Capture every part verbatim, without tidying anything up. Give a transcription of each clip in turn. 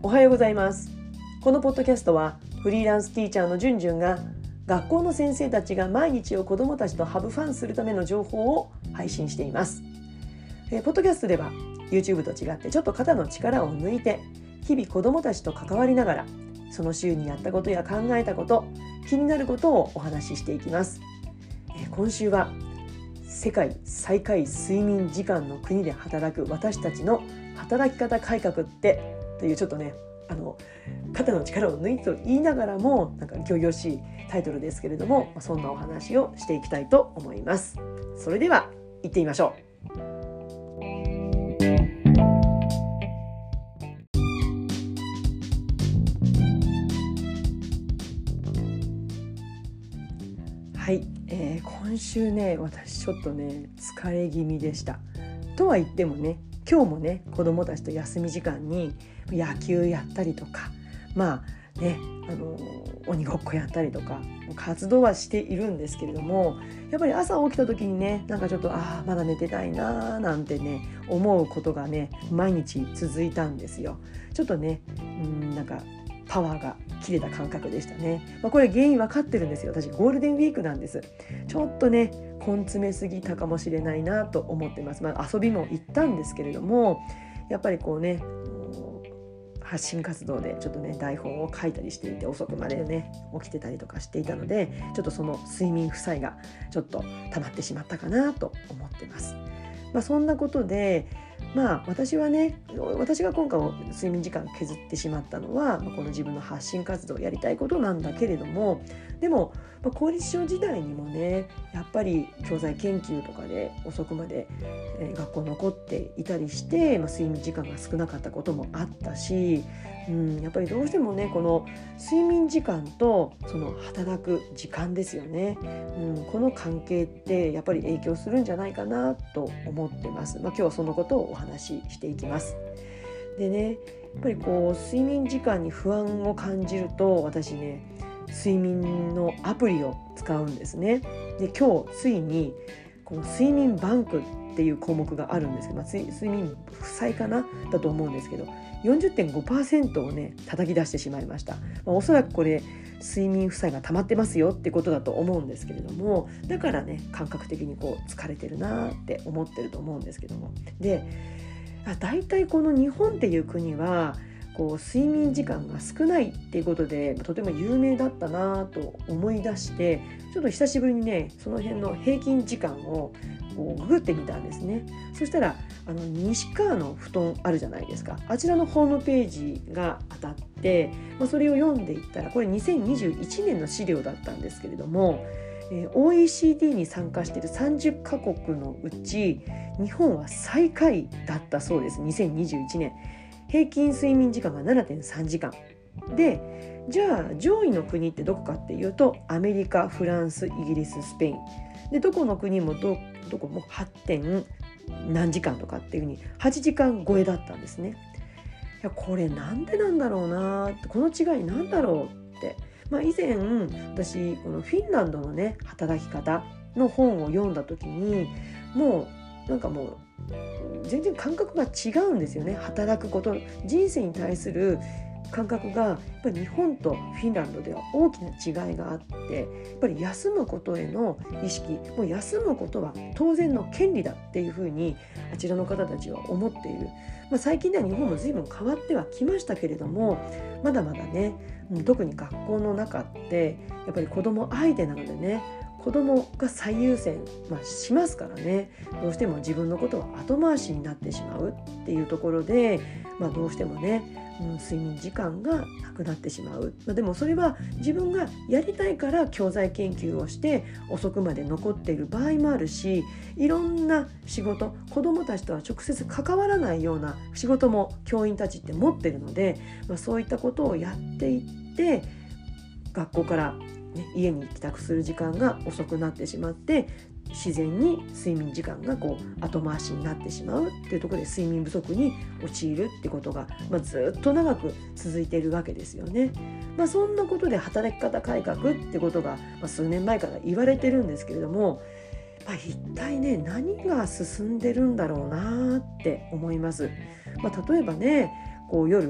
おはようございます。このポッドキャストはフリーランスティーチャーのじゅんじゅんが学校の先生たちが毎日を子どもたちとハブファンするための情報を配信しています。えー、ポッドキャストでは YouTube と違ってちょっと肩の力を抜いて日々子どもたちと関わりながらその週にやったことや考えたこと、気になることをお話ししていきます。えー、今週は世界最下位睡眠時間の国で働く私たちの働き方改革ってというちょっとねあの肩の力を抜いてと言いながらもなんか仰々しいタイトルですけれども、そんなお話をしていきたいと思います。それでは行ってみましょう。はい、えー、今週ね私ちょっとね疲れ気味でした。とは言ってもね今日もね子どもたちと休み時間に野球やったりとかまあねあの鬼ごっこやったりとか活動はしているんですけれども、やっぱり朝起きた時にねなんかちょっとああまだ寝てたいななんてね思うことがね毎日続いたんですよ。ちょっとねうんなんかパワーが切れた感覚でしたね。まあ、これ原因分かってるんですよ。私ゴールデンウィークなんです。ちょっとね根詰めすぎたかもしれないなと思ってます。まあ、遊びも行ったんですけれどもやっぱりこうね発信活動でちょっとね台本を書いたりしていて遅くまでね起きてたりとかしていたのでちょっとその睡眠負債がちょっと溜まってしまったかなと思ってます。まあ、そんなことでまあ私はね私が今回睡眠時間削ってしまったのは、まあ、この自分の発信活動をやりたいことなんだけれども、でも、まあ、公立小時代にもねやっぱり教材研究とかで遅くまで、えー、学校残っていたりして、まあ、睡眠時間が少なかったこともあったし、うん、やっぱりどうしてもねこの睡眠時間とその働く時間ですよね、うん、この関係ってやっぱり影響するんじゃないかなと思ってます。まあ、今日はそのことをお話ししていきます。でねやっぱりこう睡眠時間に不安を感じると私ね睡眠のアプリを使うんですね。で今日ついにこの睡眠バンクっていう項目があるんですけど、まあ、睡眠負債かなだと思うんですけど よんじゅってんごパーセント をね叩き出してしまいました。まあ、おそらくこれ睡眠負債が溜まってますよってことだと思うんですけれども、だからね感覚的にこう疲れてるなって思ってると思うんですけども、でだいたいこの日本っていう国はこう睡眠時間が少ないっていうことでとても有名だったなと思い出して、ちょっと久しぶりにねその辺の平均時間をこうググってみたんですね。そしたらあの西川の布団あるじゃないですか。あちらのホームページが当たって、まあ、それを読んでいったらこれにせんにじゅういちねんの資料だったんですけれども、えー、オーイーシーディー に参加しているさんじゅっかこくのうち日本は最下位だったそうです。にせんにじゅういちねん平均睡眠時間が ななてんさんじかんで、じゃあ上位の国ってどこかっていうとアメリカ、フランス、イギリス、スペインで、どこの国も ど, どこもはちてん何時間とかっていうふうにはちじかん超えだったんですね。いやこれなんでなんだろうなって、この違いなんだろうって、まあ、以前私このフィンランドのね働き方の本を読んだ時にもうなんかもう全然感覚が違うんですよね。働くこと、人生に対する感覚がやっぱり日本とフィンランドでは大きな違いがあって、やっぱり休むことへの意識、もう休むことは当然の権利だっていうふうにあちらの方たちは思っている。まあ、最近では日本も随分変わってはきましたけれども、まだまだね特に学校の中ってやっぱり子供相手なのでね子供が最優先、まあ、しますからね、どうしても自分のことは後回しになってしまうっていうところで、まあ、どうしてもね、うん、睡眠時間がなくなってしまう、まあ、でもそれは自分がやりたいから教材研究をして遅くまで残っている場合もあるし、いろんな仕事、子どもたちとは直接関わらないような仕事も教員たちって持っているので、まあ、そういったことをやっていって学校からね、家に帰宅する時間が遅くなってしまって自然に睡眠時間がこう後回しになってしまうっていうところで睡眠不足に陥るってことが、まあ、ずっと長く続いているわけですよね。まあ、そんなことで働き方改革ってことが、まあ、数年前から言われてるんですけれども、まあ、一体ね何が進んでるんだろうなって思います。まあ、例えばねこう夜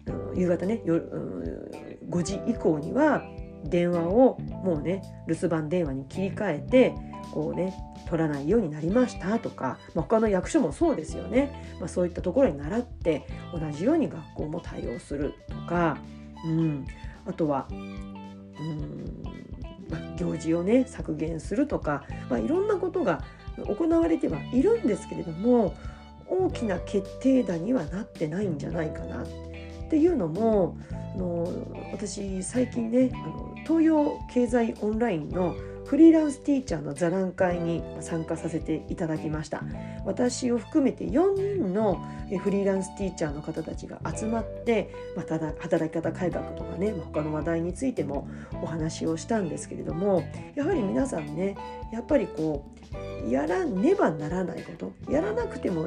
夕方ね夜ごじ以降には電話をもうね留守番電話に切り替えてこうね取らないようになりましたとか、まあ、他の役所もそうですよね、まあ、そういったところに倣って同じように学校も対応するとか、うん、あとは、うんまあ、行事をね削減するとか、まあ、いろんなことが行われてはいるんですけれども、大きな決定打にはなってないんじゃないかなっていうのも、あの私最近ねあの東洋経済オンラインのフリーランスティーチャーの座談会に参加させていただきました。私を含めてよにんのフリーランスティーチャーの方たちが集まって、また働き方改革とかね他の話題についてもお話をしたんですけれども、やはり皆さんねやっぱりこうやらねばならないこと、やらなくても、うん、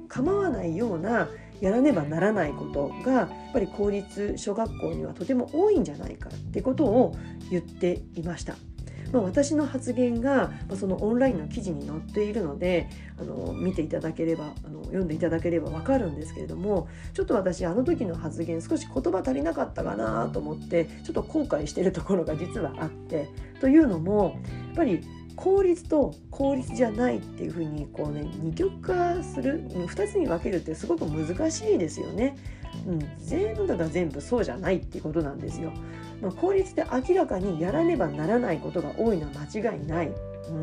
構わないようなやらねばならないことがやっぱり公立小学校にはとても多いんじゃないかってことを言っていました。まあ、私の発言がそのオンラインの記事に載っているのであの見ていただければあの読んでいただければ分かるんですけれども、ちょっと私あの時の発言少し言葉足りなかったかなと思ってちょっと後悔しているところが実はあって、というのもやっぱり公立と公立じゃないっていうふうにこうね二極化する、ふたつに分けるってすごく難しいですよね。うん、全部が全部そうじゃないっていうことなんですよ。まあ、公立で明らかにやらねばならないことが多いのは間違いない。うん、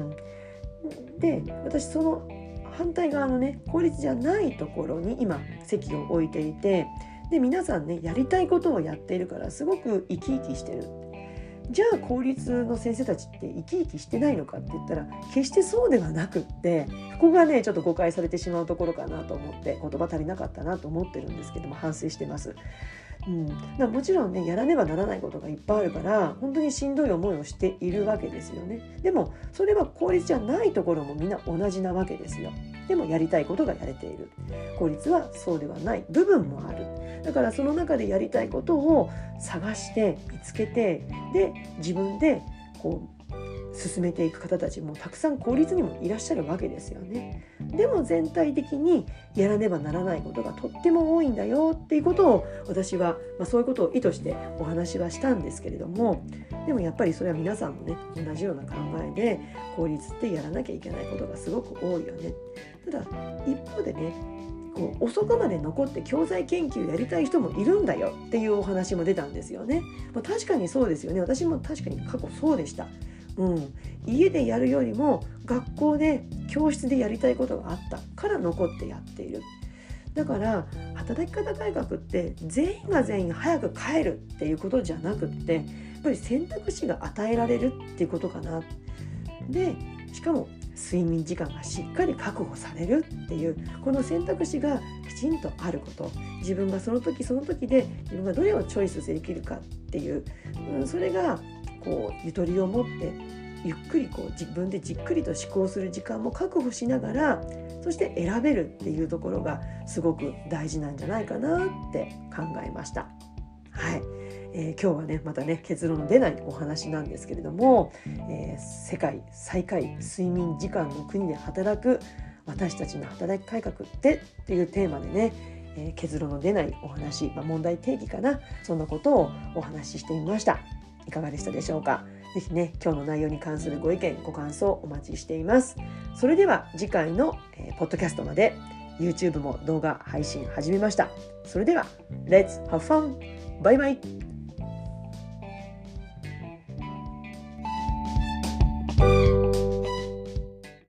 で私その反対側のね公立じゃないところに今席を置いていて、で皆さんねやりたいことをやっているからすごく生き生きしてる。じゃあ公立の先生たちって生き生きしてないのかって言ったら決してそうではなくって、ここがねちょっと誤解されてしまうところかなと思って言葉足りなかったなと思ってるんですけども、反省してます。うん、だからもちろんねやらねばならないことがいっぱいあるから本当にしんどい思いをしているわけですよね。でもそれは公立じゃないところもみんな同じなわけですよ。でもやりたいことがやれている。公立はそうではない部分もある。だからその中でやりたいことを探して見つけて、で自分でこう進めていく方たちもたくさん公立にもいらっしゃるわけですよね。でも全体的にやらねばならないことがとっても多いんだよっていうことを私は、まあ、そういうことを意図してお話はしたんですけれども、でもやっぱりそれは皆さんもね同じような考えで公立ってやらなきゃいけないことがすごく多いよね。ただ一方でねこう遅くまで残って教材研究やりたい人もいるんだよっていうお話も出たんですよね。まあ、確かにそうですよね。私も確かに過去そうでした。うん、家でやるよりも学校で教室でやりたいことがあったから残ってやっている。だから働き方改革って全員が全員早く帰るっていうことじゃなくってやっぱり選択肢が与えられるっていうことかな。でしかも睡眠時間がしっかり確保されるっていうこの選択肢がきちんとあること、自分がその時その時で自分がどれをチョイスできるかっていう、うん、それがこうゆとりを持ってゆっくりこう自分でじっくりと思考する時間も確保しながら、そして選べるっていうところがすごく大事なんじゃないかなって考えました。はい、えー、今日はねまたね結論の出ないお話なんですけれども、えー、世界最下位睡眠時間の国で働く私たちの働き改革ってっていうテーマでね、えー、結論の出ないお話、まあ、問題定義かな、そんなことをお話ししてみました。いかがでしたでしょうか。ぜひね今日の内容に関するご意見ご感想お待ちしています。それでは次回の、えー、ポッドキャストまで。 YouTube も動画配信始めました。それでは Let's have fun! バイバイ。